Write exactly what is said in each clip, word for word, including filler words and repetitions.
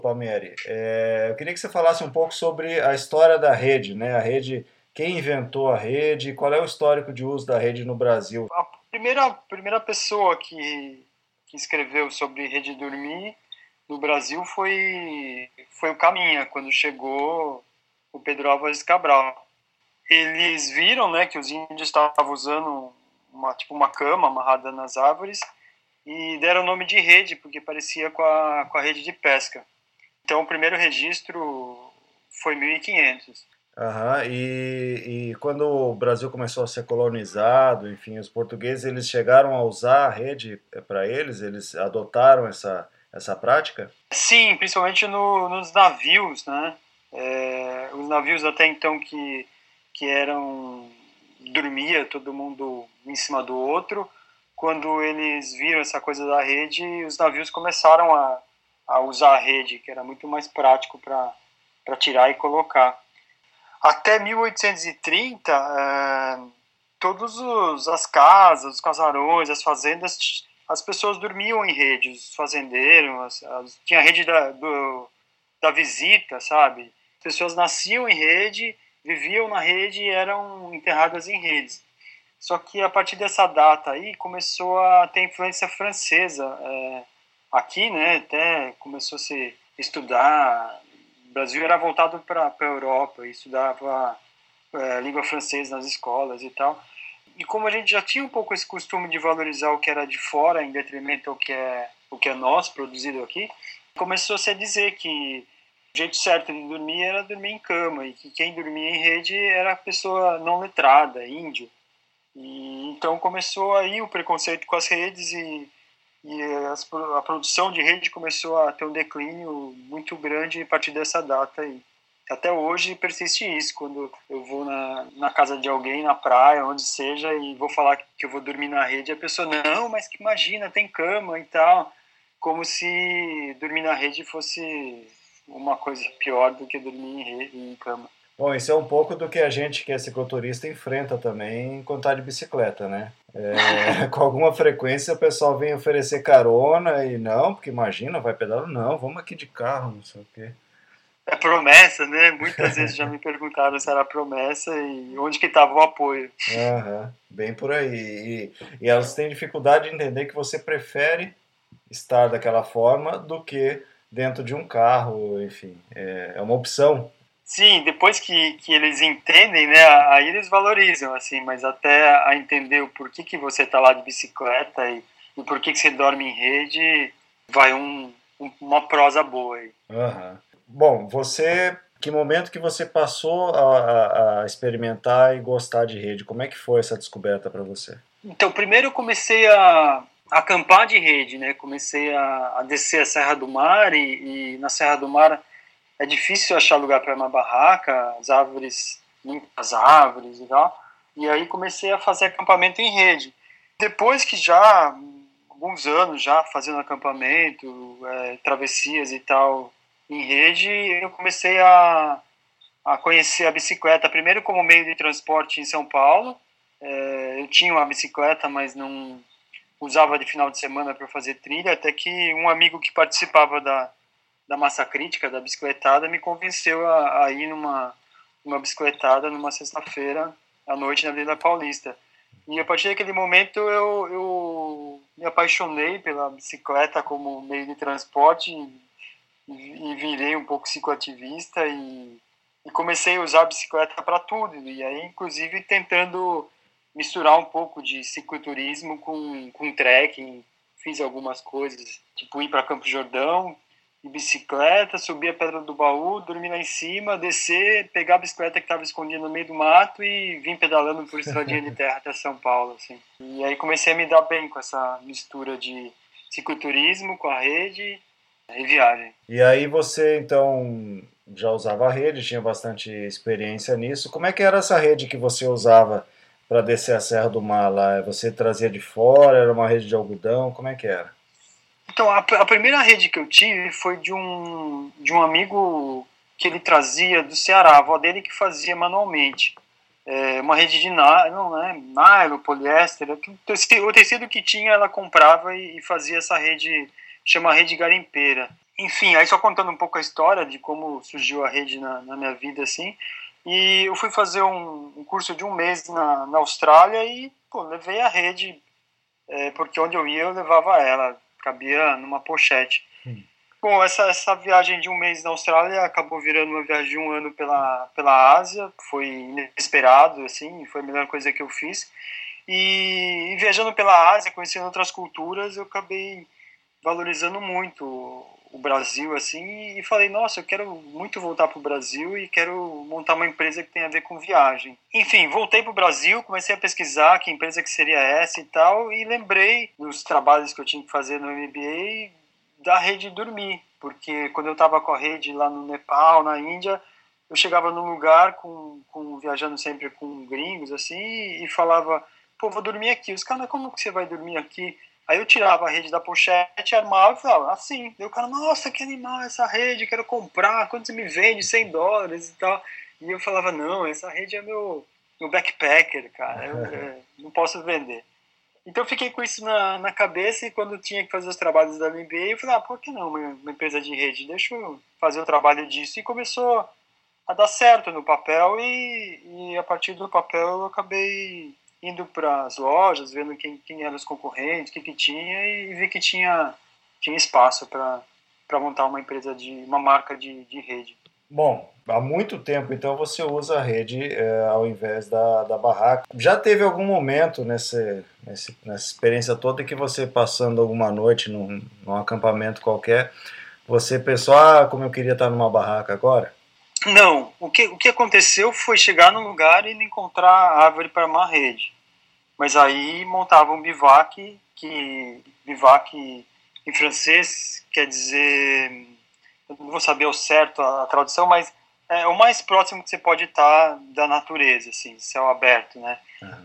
Palmieri, é, eu queria que você falasse um pouco sobre a história da rede, né? A rede, quem inventou a rede, qual é o histórico de uso da rede no Brasil? A primeira, primeira pessoa que, que escreveu sobre rede dormir no Brasil foi, foi o Caminha, quando chegou o Pedro Álvares Cabral. Eles viram, né, que os índios estavam usando uma, tipo uma cama amarrada nas árvores e deram o nome de rede, porque parecia com a, com a rede de pesca. Então, o primeiro registro foi mil e quinhentos. Aham, e, e quando o Brasil começou a ser colonizado, enfim, os portugueses eles chegaram a usar a rede para eles, eles adotaram essa, essa prática? Sim, principalmente no, nos navios, né? É, os navios até então que, que eram... dormia todo mundo em cima do outro. Quando eles viram essa coisa da rede, os navios começaram a, a usar a rede, que era muito mais prático para tirar e colocar. Até mil oitocentos e trinta, é, todas as casas, os casarões, as fazendas, as pessoas dormiam em redes, os fazendeiros, as, as, tinha a rede da, do, da visita, sabe? As pessoas nasciam em rede, viviam na rede e eram enterradas em redes. Só que a partir dessa data aí começou a ter influência francesa é, aqui, né? Até começou a se estudar. O Brasil era voltado para a Europa, e estudava é, língua francesa nas escolas e tal. E como a gente já tinha um pouco esse costume de valorizar o que era de fora em detrimento ao que é o que é nosso, produzido aqui, começou-se a dizer que o jeito certo de dormir era dormir em cama, e que quem dormia em rede era a pessoa não letrada, índio. E então começou aí o preconceito com as redes e, e as, a produção de rede começou a ter um declínio muito grande a partir dessa data aí. Até hoje persiste isso, quando eu vou na, na casa de alguém, na praia, onde seja, e vou falar que eu vou dormir na rede, a pessoa, não, mas que imagina, tem cama e tal. Como se dormir na rede fosse uma coisa pior do que dormir em, rede, em cama. Bom, isso é um pouco do que a gente que é cicloturista enfrenta também quando está de bicicleta, né? É, com alguma frequência o pessoal vem oferecer carona e não, porque imagina, vai pedalar, não, vamos aqui de carro, não sei o quê. É promessa, né? Muitas vezes já me perguntaram se era promessa e onde que estava o apoio. Aham, bem por aí. E, e elas têm dificuldade de entender que você prefere estar daquela forma do que dentro de um carro, enfim, é, é uma opção. Sim, depois que, que eles entendem, né, aí eles valorizam, assim, mas até a entender o porquê que você está lá de bicicleta e, e por que que você dorme em rede, vai um, um, uma prosa boa aí. Aham. Bom, você, que momento que você passou a, a- a experimentar e gostar de rede? Como é que foi essa descoberta para você? Então, primeiro eu comecei a, a acampar de rede, né, comecei a, a descer a Serra do Mar e, e na Serra do Mar é difícil achar lugar para uma barraca, as árvores, muitas árvores e tal. E aí comecei a fazer acampamento em rede. Depois que já, alguns anos já fazendo acampamento, é, travessias e tal em rede, eu comecei a, a conhecer a bicicleta, primeiro como meio de transporte em São Paulo. É, eu tinha uma bicicleta, mas não usava de final de semana para fazer trilha, até que um amigo que participava da, da massa crítica, da bicicletada, me convenceu a, a ir numa, numa bicicletada numa sexta-feira à noite na Avenida Paulista. E a partir daquele momento eu, eu me apaixonei pela bicicleta como meio de transporte e, e virei um pouco cicloativista e, e comecei a usar a bicicleta para tudo. E aí, inclusive, tentando misturar um pouco de cicloturismo com, com trekking. Fiz algumas coisas, tipo ir para Campos Jordão, de bicicleta, subir a Pedra do Baú, dormir lá em cima, descer, pegar a bicicleta que estava escondida no meio do mato e vim pedalando por estradinha de terra até São Paulo, assim. E aí comecei a me dar bem com essa mistura de cicloturismo com a rede e viagem. E aí você então já usava a rede, tinha bastante experiência nisso. Como é que era essa rede que você usava para descer a Serra do Mar lá? Você trazia de fora? Era uma rede de algodão? Como é que era? Então, a, a primeira rede que eu tive foi de um, de um amigo que ele trazia do Ceará, a avó dele que fazia manualmente. É, uma rede de nylon, né, nylon, poliéster, o tecido, o tecido que tinha ela comprava e, e fazia essa rede, chama rede garimpeira. enfim, aí só contando um pouco a história de como surgiu a rede na, na minha vida, assim, e eu fui fazer um, um curso de um mês na, na Austrália e, pô, levei a rede, é, porque onde eu ia eu levava ela, cabia numa pochete. Hum. Bom, essa, essa viagem de um mês na Austrália acabou virando uma viagem de um ano pela, pela Ásia, foi inesperado, assim, foi a melhor coisa que eu fiz. E, e viajando pela Ásia, conhecendo outras culturas, eu acabei valorizando muito o Brasil, assim, e falei, nossa, eu quero muito voltar para o Brasil e quero montar uma empresa que tenha a ver com viagem. Enfim, voltei para o Brasil, comecei a pesquisar que empresa que seria essa e tal, e lembrei dos trabalhos que eu tinha que fazer no M B A da rede dormir, porque quando eu estava com a rede lá no Nepal, na Índia, eu chegava num lugar com, com viajando sempre com gringos assim e falava, pô, vou dormir aqui. Os caras, como que você vai dormir aqui? Aí eu tirava a rede da pochete, armava e falava, assim. Daí o cara, nossa, que animal essa rede, quero comprar, quanto você me vende? cem dólares e tal. E eu falava, não, essa rede é meu, meu backpacker, cara, eu, eu não posso vender. Então eu fiquei com isso na, na cabeça e quando tinha que fazer os trabalhos da M B A, eu falei, ah, por que não uma, uma empresa de rede? Deixa eu fazer o trabalho disso. E começou a dar certo no papel e, e a partir do papel eu acabei indo para as lojas, vendo quem, quem eram os concorrentes, o que, que tinha e vi que tinha, tinha espaço para montar uma empresa, de uma marca de, de rede. Bom, há muito tempo então você usa a rede é, ao invés da, da barraca. Já teve algum momento nessa, nessa, nessa experiência toda que você passando alguma noite num, num acampamento qualquer, você pensou, ah, como eu queria estar numa barraca agora? Não, o que, o que aconteceu foi chegar num lugar e não encontrar árvore para uma rede. Mas aí montava um bivac, que bivac em francês quer dizer, eu não vou saber ao certo a, a tradução, mas é o mais próximo que você pode estar da natureza, assim, céu aberto, né? Uhum.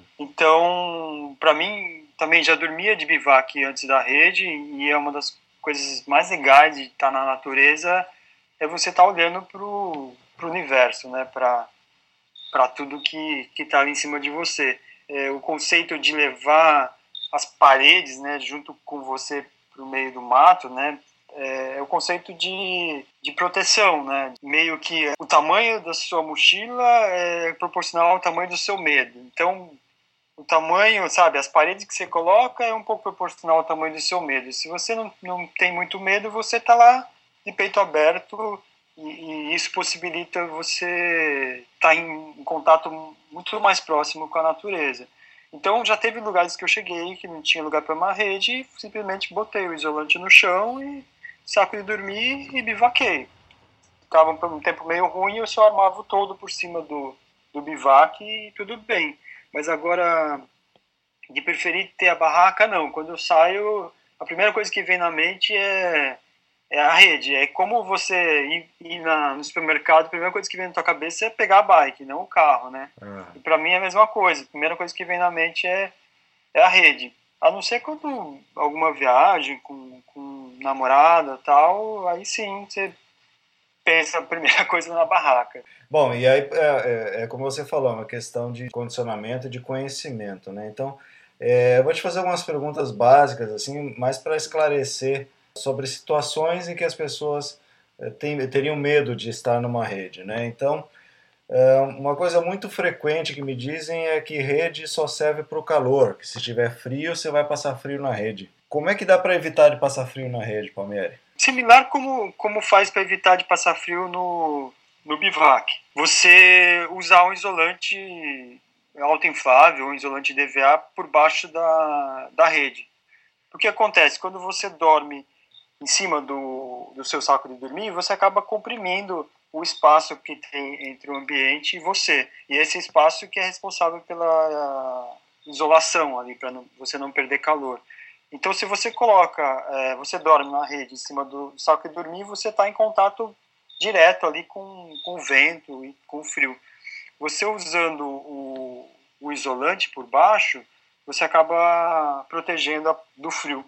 Então, para mim, também já dormia de bivac antes da rede e é uma das coisas mais legais de estar na natureza é você estar olhando pro pro universo, né? Para para tudo que que está ali em cima de você. É, o conceito de levar as paredes, né, junto com você para o meio do mato, né, é, é o conceito de, de proteção, né, meio que o tamanho da sua mochila é proporcional ao tamanho do seu medo. Então, o tamanho, sabe, as paredes que você coloca é um pouco proporcional ao tamanho do seu medo. Se você não, não tem muito medo, você está lá de peito aberto e, e isso possibilita você estar tá em, em contato muito mais próximo com a natureza. Então já teve lugares que eu cheguei que não tinha lugar para uma rede e simplesmente botei o isolante no chão e saco de dormir e bivaquei. Ficava um tempo meio ruim, eu só armava o todo por cima do, do bivac e tudo bem. Mas agora, de preferir ter a barraca, não. Quando eu saio, a primeira coisa que vem na mente é, é a rede. É como você ir, ir na, no supermercado, a primeira coisa que vem na tua cabeça é pegar a bike, não o carro, né? Uhum. E para mim é a mesma coisa. A primeira coisa que vem na mente é, é a rede. A não ser quando alguma viagem com, com namorada e tal, aí sim, você pensa a primeira coisa na barraca. Bom, e aí é, é, é como você falou, é uma questão de condicionamento e de conhecimento, né? Então, é, eu vou te fazer algumas perguntas básicas, assim, mais para esclarecer sobre situações em que as pessoas é, tem, teriam medo de estar numa rede, né? Então, é, uma coisa muito frequente que me dizem é que rede só serve para o calor, que se tiver frio, você vai passar frio na rede. Como é que dá para evitar de passar frio na rede, Palmieri? Similar como, como faz para evitar de passar frio no, no bivac. Você usar um isolante autoinflável, um isolante D V A por baixo da, da rede. O que acontece? Quando você dorme em cima do, do seu saco de dormir, você acaba comprimindo o espaço que tem entre o ambiente e você. E esse espaço que é responsável pela isolação ali, para você não perder calor. Então, se você coloca, é, você dorme na rede em cima do saco de dormir, você está em contato direto ali com, com o vento e com o frio. Você usando o, o isolante por baixo, você acaba protegendo a, do frio.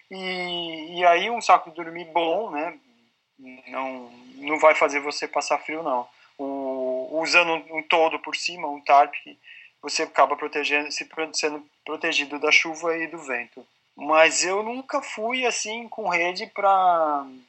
E, e aí um saco de dormir bom, né, não, não vai fazer você passar frio, não. O, usando um, um todo por cima, um tarp, você acaba protegendo, se sendo protegido da chuva e do vento. Mas eu nunca fui assim com rede para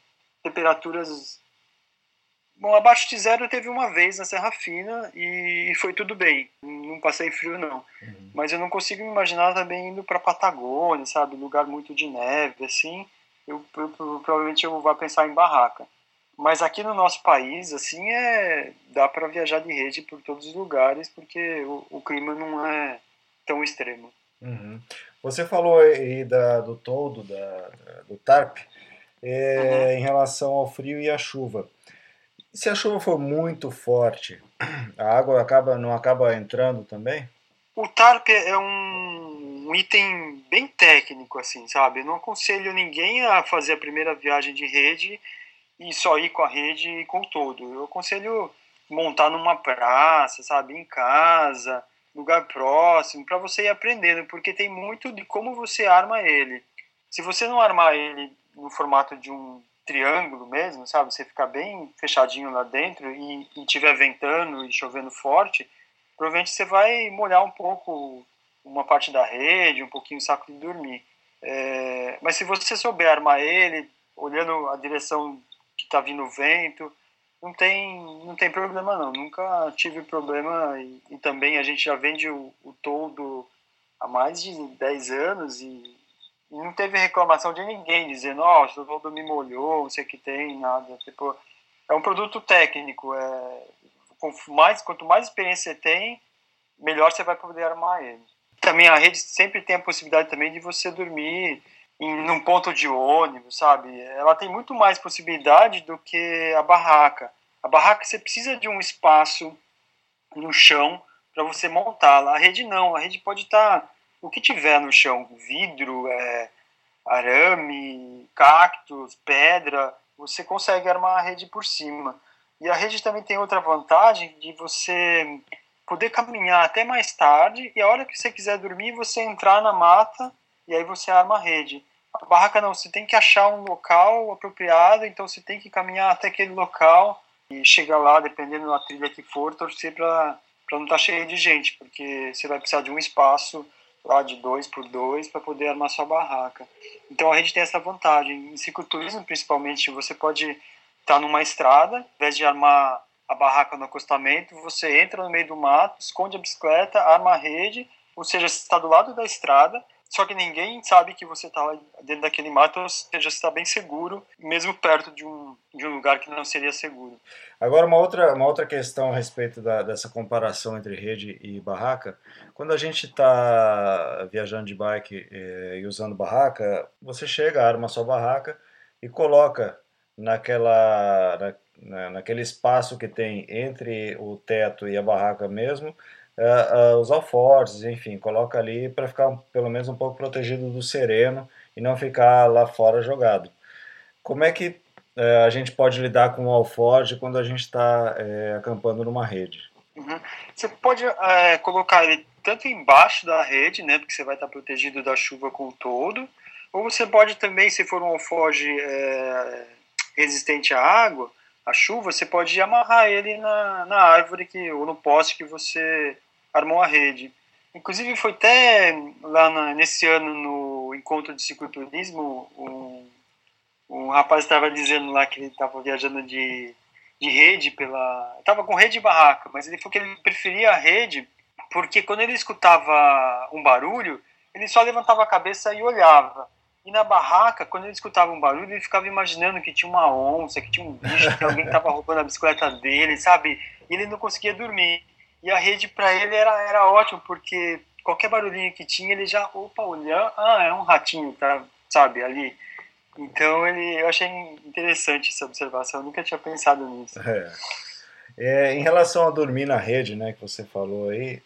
temperaturas... Bom, abaixo de zero teve uma vez na Serra Fina e foi tudo bem. Não passei frio, não. Uhum. Mas eu não consigo me imaginar também indo para Patagônia, sabe? Lugar muito de neve, assim. Eu, eu, eu, provavelmente eu vou pensar em barraca. Mas aqui no nosso país, assim, é dá para viajar de rede por todos os lugares, porque o, o clima não é tão extremo. Uhum. Você falou aí da, do toldo, da, do tarp, é, uhum. em relação ao frio e à chuva. Se a chuva for muito forte, a água acaba, não acaba entrando também? O tarp é um, um item bem técnico, assim, sabe? Eu não aconselho ninguém a fazer a primeira viagem de rede e só ir com a rede e com todo. Eu aconselho montar numa praça, sabe? Em casa, lugar próximo, para você ir aprendendo, porque tem muito de como você arma ele. Se você não armar ele no formato de um triângulo mesmo, sabe? Você ficar bem fechadinho lá dentro e estiver ventando e chovendo forte, provavelmente você vai molhar um pouco uma parte da rede, um pouquinho o saco de dormir. É, mas se você souber armar ele, olhando a direção que está vindo o vento, não tem, não tem problema não. Nunca tive problema e, e também a gente já vende o, o toldo há mais de dez anos e E não teve reclamação de ninguém dizendo, nossa, o toldo me molhou, não sei o que tem, nada. Tipo, é um produto técnico. É, mais, quanto mais experiência você tem, melhor você vai poder armar ele. Também a rede sempre tem a possibilidade também de você dormir em num ponto de ônibus, sabe? Ela tem muito mais possibilidade do que a barraca. A barraca você precisa de um espaço no chão para você montá-la. A rede não. A rede pode estar... o que tiver no chão, vidro, é, arame, cactos, pedra, você consegue armar a rede por cima. E a rede também tem outra vantagem de você poder caminhar até mais tarde e a hora que você quiser dormir, você entrar na mata e aí você arma a rede. A barraca não, você tem que achar um local apropriado, então você tem que caminhar até aquele local e chegar lá, dependendo da trilha que for, torcer para não estar cheio de gente, porque você vai precisar de um espaço lá de dois por dois para poder armar sua barraca. Então a rede tem essa vantagem. Em cicloturismo, principalmente, você pode estar numa estrada, ao invés de armar a barraca no acostamento, você entra no meio do mato, esconde a bicicleta, arma a rede, ou seja, você está do lado da estrada, só que ninguém sabe que você está dentro daquele mato, ou seja, você está bem seguro, mesmo perto de um, de um lugar que não seria seguro. Agora, uma outra, uma outra questão a respeito da, dessa comparação entre rede e barraca. Quando a gente está viajando de bike eh, e usando barraca, você chega, arma a sua barraca e coloca naquela, na, na, naquele espaço que tem entre o teto e a barraca mesmo, Uh, uh, os alforjes, enfim, coloca ali para ficar pelo menos um pouco protegido do sereno e não ficar lá fora jogado. Como é que uh, a gente pode lidar com o alforje quando a gente está uh, acampando numa rede? Uhum. Você pode uh, colocar ele tanto embaixo da rede, né, porque você vai estar protegido da chuva com o todo, ou você pode também, se for um alforje uh, resistente à água, à chuva, você pode amarrar ele na, na árvore que, ou no poste que você armou a rede. Inclusive foi até lá na, nesse ano no encontro de cicloturismo, um, um rapaz estava dizendo lá que ele estava viajando de, de rede pela... estava com rede e barraca, mas ele falou que ele preferia a rede porque quando ele escutava um barulho, ele só levantava a cabeça e olhava. E na barraca, quando ele escutava um barulho, ele ficava imaginando que tinha uma onça, que tinha um bicho, que alguém estava roubando a bicicleta dele, sabe? E ele não conseguia dormir. E a rede para ele era, era ótimo, porque qualquer barulhinho que tinha, ele já, opa, olhando, ah, é um ratinho, tá, sabe, ali. Então ele, eu achei interessante essa observação, eu nunca tinha pensado nisso. É. É, em relação a dormir na rede, né, que você falou aí,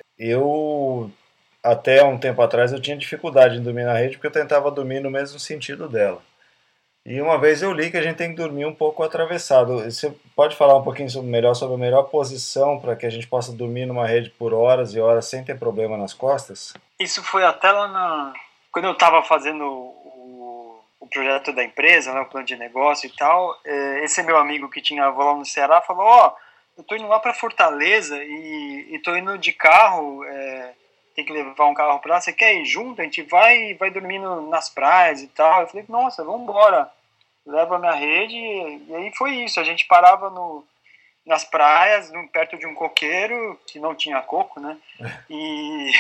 eu até um tempo atrás eu tinha dificuldade em dormir na rede porque eu tentava dormir no mesmo sentido dela. E uma vez eu li que a gente tem que dormir um pouco atravessado. Você pode falar um pouquinho sobre, melhor sobre a melhor posição para que a gente possa dormir numa rede por horas e horas sem ter problema nas costas? Isso foi até lá na... quando eu estava fazendo o, o projeto da empresa, né, o plano de negócio e tal, esse meu amigo que tinha avó lá no Ceará falou, ó, oh, eu tô indo lá para Fortaleza e, e tô indo de carro, é, tem que levar um carro para lá, você quer ir junto? A gente vai vai dormindo nas praias e tal. Eu falei, nossa, vamos embora. levo a minha rede, e aí foi isso, a gente parava no, nas praias, perto de um coqueiro, que não tinha coco, né, e,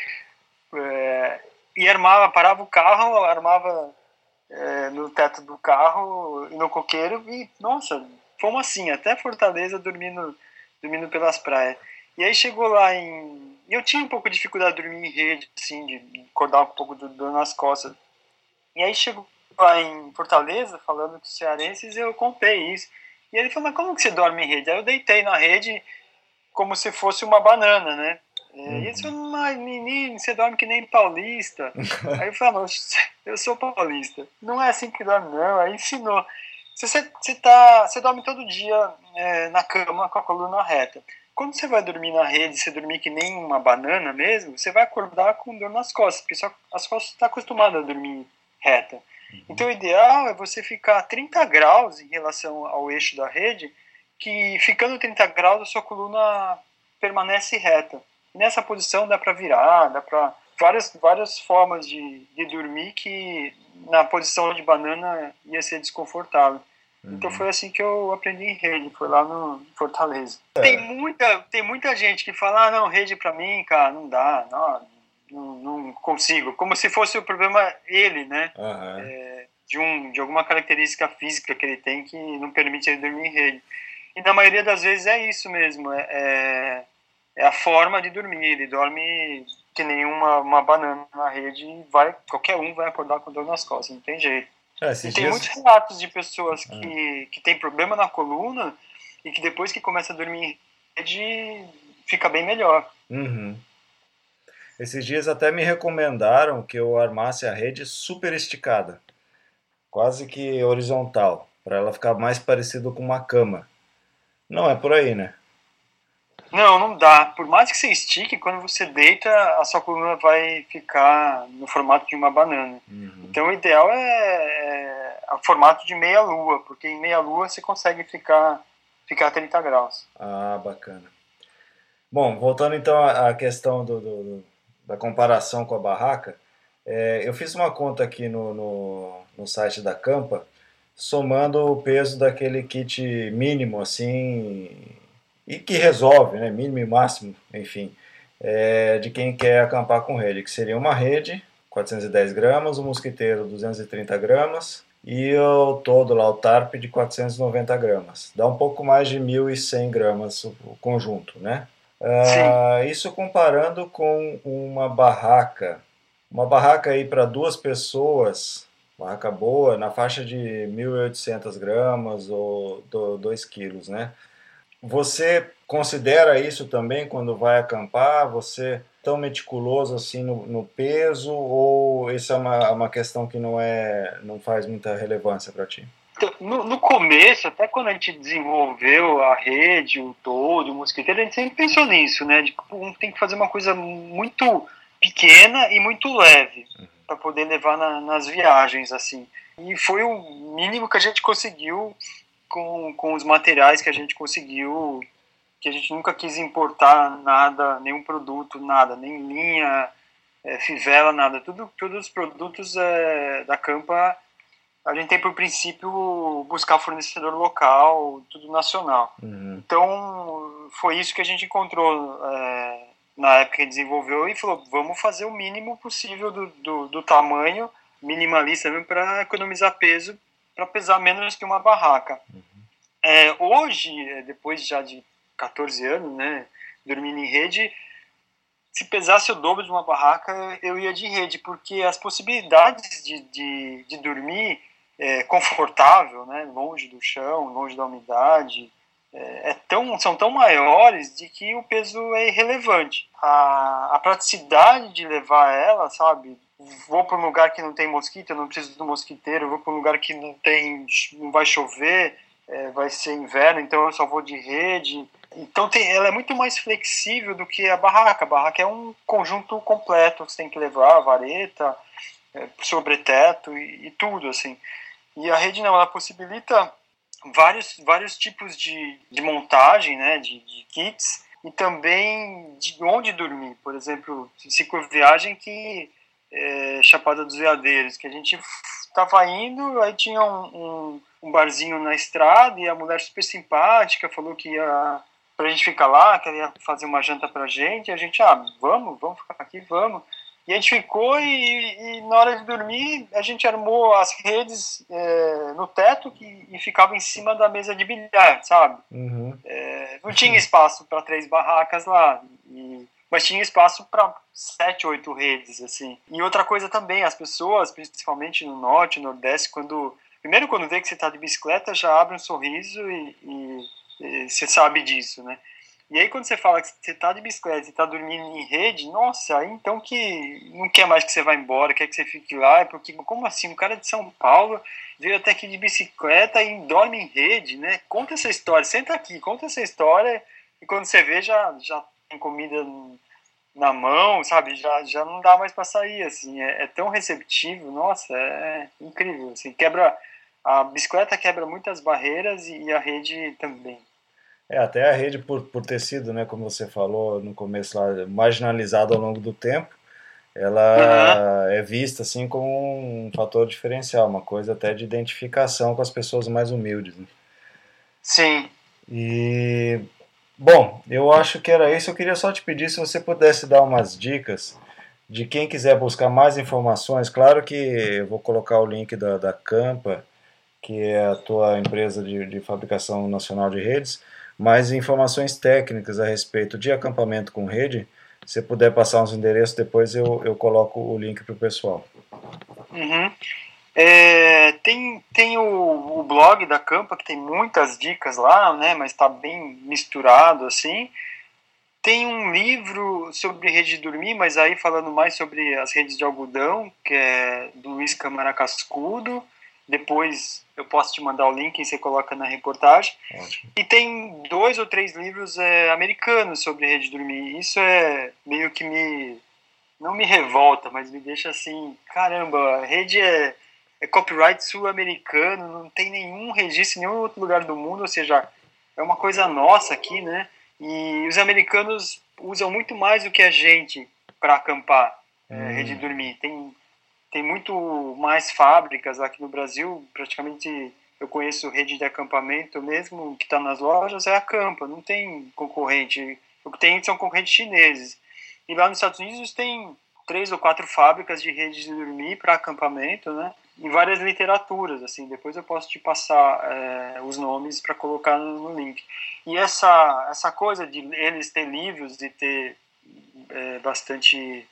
é, e armava, parava o carro, armava é, no teto do carro e no coqueiro, e, nossa, fomos assim, até Fortaleza, dormindo, dormindo pelas praias. E aí chegou lá em... Eu tinha um pouco de dificuldade de dormir em rede, assim, de acordar um pouco de dor nas costas. E aí chegou lá em Fortaleza, falando com os cearenses, eu contei isso. E ele falou, mas como que você dorme em rede? Aí eu deitei na rede como se fosse uma banana, né? Uhum. E eles falaram, mas menino, você dorme que nem paulista. Aí eu falei, eu sou paulista. Não é assim que dorme, não. Aí ensinou. Você, você, tá, você dorme todo dia é, na cama com a coluna reta. Quando você vai dormir na rede, você dormir que nem uma banana mesmo, você vai acordar com dor nas costas, porque só, as costas estão acostumadas a dormir reta. Uhum. Então o ideal é você ficar trinta graus em relação ao eixo da rede, que ficando trinta graus a sua coluna permanece reta. E nessa posição dá para virar, dá para várias várias formas de, de dormir que na posição de banana ia ser desconfortável. Uhum. Então foi assim que eu aprendi em rede, foi lá no Fortaleza. É. Tem muita tem muita gente que fala, ah, não, rede para mim, cara, não dá, não, não, não consigo, como se fosse o problema ele, né? Uhum. É, de um de alguma característica física que ele tem que não permite ele dormir em rede. E na maioria das vezes é isso mesmo, é, é, é a forma de dormir. Ele dorme que nem uma, uma banana na rede e vai, qualquer um vai acordar com dor nas costas, não tem jeito. É, e tem dias... muitos relatos de pessoas que, que têm problema na coluna e que depois que começa a dormir em rede fica bem melhor. Uhum. Esses dias até me recomendaram que eu armasse a rede super esticada, quase que horizontal, para ela ficar mais parecido com uma cama. Não é por aí, né? Não, não dá. Por mais que você estique, quando você deita, a sua coluna vai ficar no formato de uma banana. Uhum. Então o ideal é, é o formato de meia-lua, porque em meia-lua você consegue ficar, ficar a trinta graus. Ah, bacana. Bom, voltando então à questão do, do, da comparação com a barraca, é, eu fiz uma conta aqui no, no, no site da Campa, somando o peso daquele kit mínimo, assim, e que resolve, né, mínimo e máximo, enfim, é, de quem quer acampar com rede, que seria uma rede, quatrocentos e dez gramas, um mosquiteiro, duzentos e trinta gramas, e o todo lá, o tarp, de quatrocentos e noventa gramas. Dá um pouco mais de mil e cem gramas o, o conjunto, né? Uh, isso comparando com uma barraca, uma barraca aí para duas pessoas, barraca boa, na faixa de mil e oitocentas gramas ou dois quilos, né? Você considera isso também quando vai acampar? Você é tão meticuloso assim no, no peso, ou isso é uma, uma questão que não, é, não faz muita relevância para ti? No, no começo, até quando a gente desenvolveu a rede, o todo, o mosquiteiro, a gente sempre pensou nisso, né? De que tem que fazer uma coisa muito pequena e muito leve uhum. para poder levar na, nas viagens, assim. E foi o mínimo que a gente conseguiu com, com os materiais que a gente conseguiu, que a gente nunca quis importar nada, nenhum produto, nada, nem linha, é, fivela, nada. Tudo, todos os produtos é, da Campa a gente tem por princípio buscar fornecedor local, tudo nacional. Uhum. Então foi isso que a gente encontrou é, na época que desenvolveu e falou, vamos fazer o mínimo possível do, do, do tamanho minimalista para economizar peso, para pesar menos que uma barraca. Uhum. É, hoje, depois já de quatorze anos, né, dormindo em rede, se pesasse o dobro de uma barraca, eu ia de rede, porque as possibilidades de, de, de dormir é, confortável, né, longe do chão, longe da umidade, é, é tão, são tão maiores de que o peso é irrelevante. A, a praticidade de levar ela, sabe, vou para um lugar que não tem mosquito, eu não preciso do mosquiteiro, vou para um lugar que não tem, não vai chover, é, vai ser inverno, então eu só vou de rede. Então tem, ela é muito mais flexível do que a barraca. A barraca é um conjunto completo, você tem que levar vareta, é, sobreteto e, e tudo, assim. E a rede não, ela possibilita vários, vários tipos de, de montagem, né, de, de kits, e também de onde dormir. Por exemplo, cicloviagem que é Chapada dos Veadeiros, que a gente estava indo, aí tinha um, um, um barzinho na estrada e a mulher super simpática falou que ia pra gente ficar lá, que ela ia fazer uma janta pra gente, e a gente, ah, vamos, vamos ficar aqui, vamos. E a gente ficou e, e na hora de dormir a gente armou as redes é, no teto que, e ficava em cima da mesa de bilhar, sabe? Uhum. É, não tinha espaço para três barracas lá, e, mas tinha espaço para sete, oito redes, assim. E outra coisa também, as pessoas, principalmente no norte, no nordeste, quando primeiro quando vê que você está de bicicleta, já abre um sorriso e, e, e você sabe disso, né? E aí quando você fala que você está de bicicleta e está dormindo em rede, nossa, aí então que não quer mais que você vá embora, quer que você fique lá, porque como assim, um cara de São Paulo veio até aqui de bicicleta e dorme em rede, né? Conta essa história, senta aqui, conta essa história, e quando você vê já, já tem comida na mão, sabe, já, já não dá mais para sair, assim, é, é tão receptivo, nossa, é incrível, assim, quebra, a bicicleta quebra muitas barreiras e, e a rede também. É, até a rede por, por ter sido, né, como você falou no começo lá, marginalizada ao longo do tempo, Uhum. ela é vista assim como um fator diferencial, uma coisa até de identificação com as pessoas mais humildes, né? Sim. E, bom, eu acho que era isso. Eu queria só te pedir se você pudesse dar umas dicas de quem quiser buscar mais informações. Claro que eu vou colocar o link da, da Campa, que é a tua empresa de, de fabricação nacional de redes, mas informações técnicas a respeito de acampamento com rede, se puder passar uns endereços, depois eu, eu coloco o link para o pessoal. Uhum. É, tem tem o, o blog da Campa, que tem muitas dicas lá, né, mas está bem misturado, assim. Tem um livro sobre rede de dormir, mas aí falando mais sobre as redes de algodão, que é do Luiz Câmara Cascudo. Depois eu posso te mandar o link e você coloca na reportagem. Ótimo. E tem dois ou três livros é, americanos sobre rede de dormir. Isso é meio que me... não me revolta, mas me deixa assim, caramba, a rede é, é copyright sul-americano, não tem nenhum registro em nenhum outro lugar do mundo, ou seja, é uma coisa nossa aqui, né? E os americanos usam muito mais do que a gente para acampar, é, rede de Hum. dormir. Tem, tem muito mais fábricas aqui no Brasil, praticamente eu conheço rede de acampamento mesmo, que está nas lojas, é a Campa, não tem concorrente. O que tem são concorrentes chineses. E lá nos Estados Unidos tem três ou quatro fábricas de redes de dormir para acampamento, né? Em várias literaturas, assim. Depois eu posso te passar é, os nomes para colocar no, no link. E essa essa coisa de eles ter livros e ter é, bastante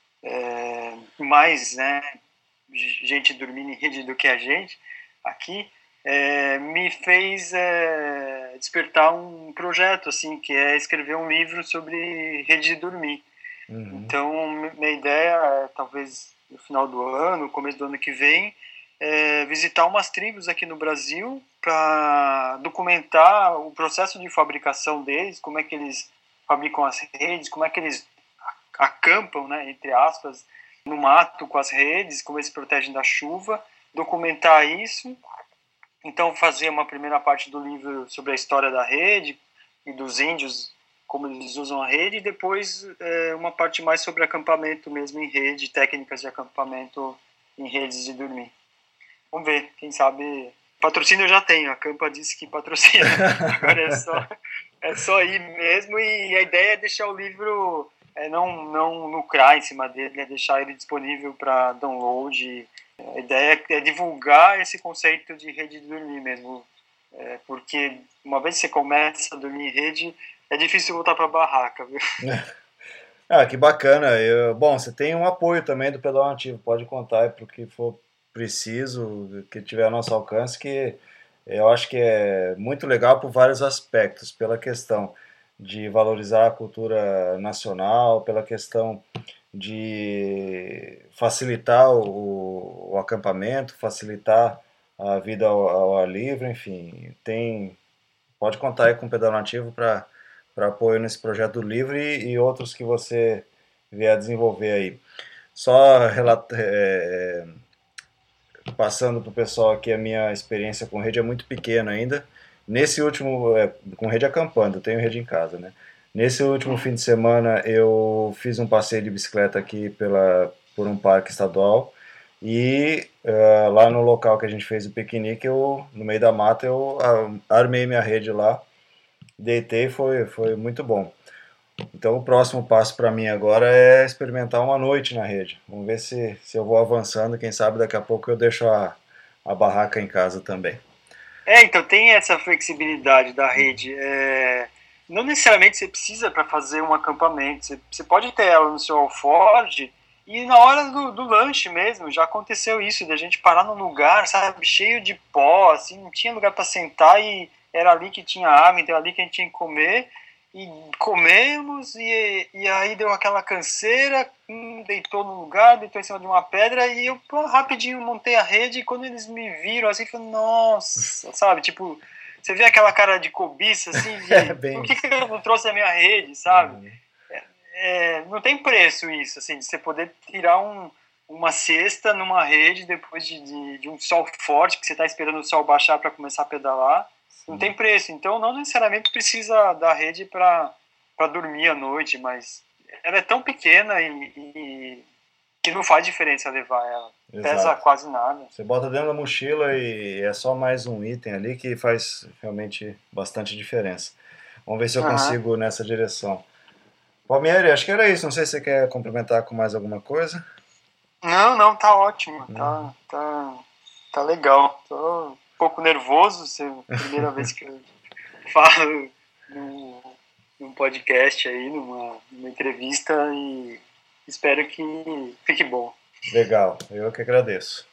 é, mais, né, gente dormindo em rede do que a gente aqui, é, me fez é, despertar um projeto, assim, que é escrever um livro sobre rede de dormir. Uhum. Então, minha ideia é, talvez no final do ano, começo do ano que vem, é, visitar umas tribos aqui no Brasil para documentar o processo de fabricação deles, como é que eles fabricam as redes, como é que eles acampam, né, entre aspas, no mato com as redes, como eles se protegem da chuva, documentar isso. Então, fazer uma primeira parte do livro sobre a história da rede e dos índios, como eles usam a rede, e depois é, uma parte mais sobre acampamento mesmo em rede, técnicas de acampamento em redes de dormir. Vamos ver, quem sabe... Patrocínio eu já tenho, a Campa disse que patrocina, agora é só, é só ir mesmo, e a ideia é deixar o livro, é, não, não lucrar em cima dele, é deixar ele disponível para download. A ideia é divulgar esse conceito de rede de dormir mesmo, é, porque uma vez que você começa a dormir em rede, é difícil voltar para a barraca, viu? Ah, que bacana. Eu, bom, você tem um apoio também do Pedal Nativo, pode contar para o que for preciso, que tiver ao nosso alcance, que eu acho que é muito legal por vários aspectos, pela questão de valorizar a cultura nacional, pela questão de facilitar o, o acampamento, facilitar a vida ao, ao ar livre, enfim, tem, pode contar aí com o Pedal Nativo para para apoio nesse projeto do livro e, e outros que você vier a desenvolver aí. Só relata, é, passando para o pessoal aqui, a minha experiência com rede é muito pequena ainda. Nesse último, é, com rede acampando, eu tenho rede em casa, né? Nesse último fim de semana eu fiz um passeio de bicicleta aqui pela, por um parque estadual E uh, lá no local que a gente fez o piquenique, eu, no meio da mata, eu ah, armei minha rede lá, deitei, foi, foi muito bom. Então o próximo passo para mim agora é experimentar uma noite na rede. Vamos ver se, se eu vou avançando, quem sabe daqui a pouco eu deixo a, a barraca em casa também. É, então tem essa flexibilidade da rede. É, não necessariamente você precisa para fazer um acampamento. Você, você pode ter ela no seu alforge e na hora do, do lanche mesmo. Já aconteceu isso, da gente parar num lugar, sabe, cheio de pó, assim, não tinha lugar para sentar e era ali que tinha água, então ali que a gente tinha que comer. E comemos, e, e aí deu aquela canseira, um deitou no lugar, deitou em cima de uma pedra, e eu pô, rapidinho montei a rede, e quando eles me viram, assim, falei, nossa, sabe, tipo, você vê aquela cara de cobiça, assim, É de, bem por que, isso. que eu não trouxe a minha rede, sabe? Uhum. É, não tem preço isso, assim, de você poder tirar um, uma cesta numa rede depois de, de, de um sol forte, que você está esperando o sol baixar para começar a pedalar, não Sim. tem preço. Então, não necessariamente precisa da rede para dormir à noite, mas ela é tão pequena e, e que não faz diferença levar ela. Pesa Exato. quase nada. Você bota dentro da mochila e é só mais um item ali que faz realmente bastante diferença. Vamos ver se eu Uhum. consigo nessa direção. Palmieri, acho que era isso. Não sei se você quer complementar com mais alguma coisa. Não, não, tá ótimo. Não. Tá, tá, tá legal. Tô um pouco nervoso, é a primeira vez que eu falo num, num podcast aí, numa, numa entrevista, e espero que fique bom. Legal, eu que agradeço.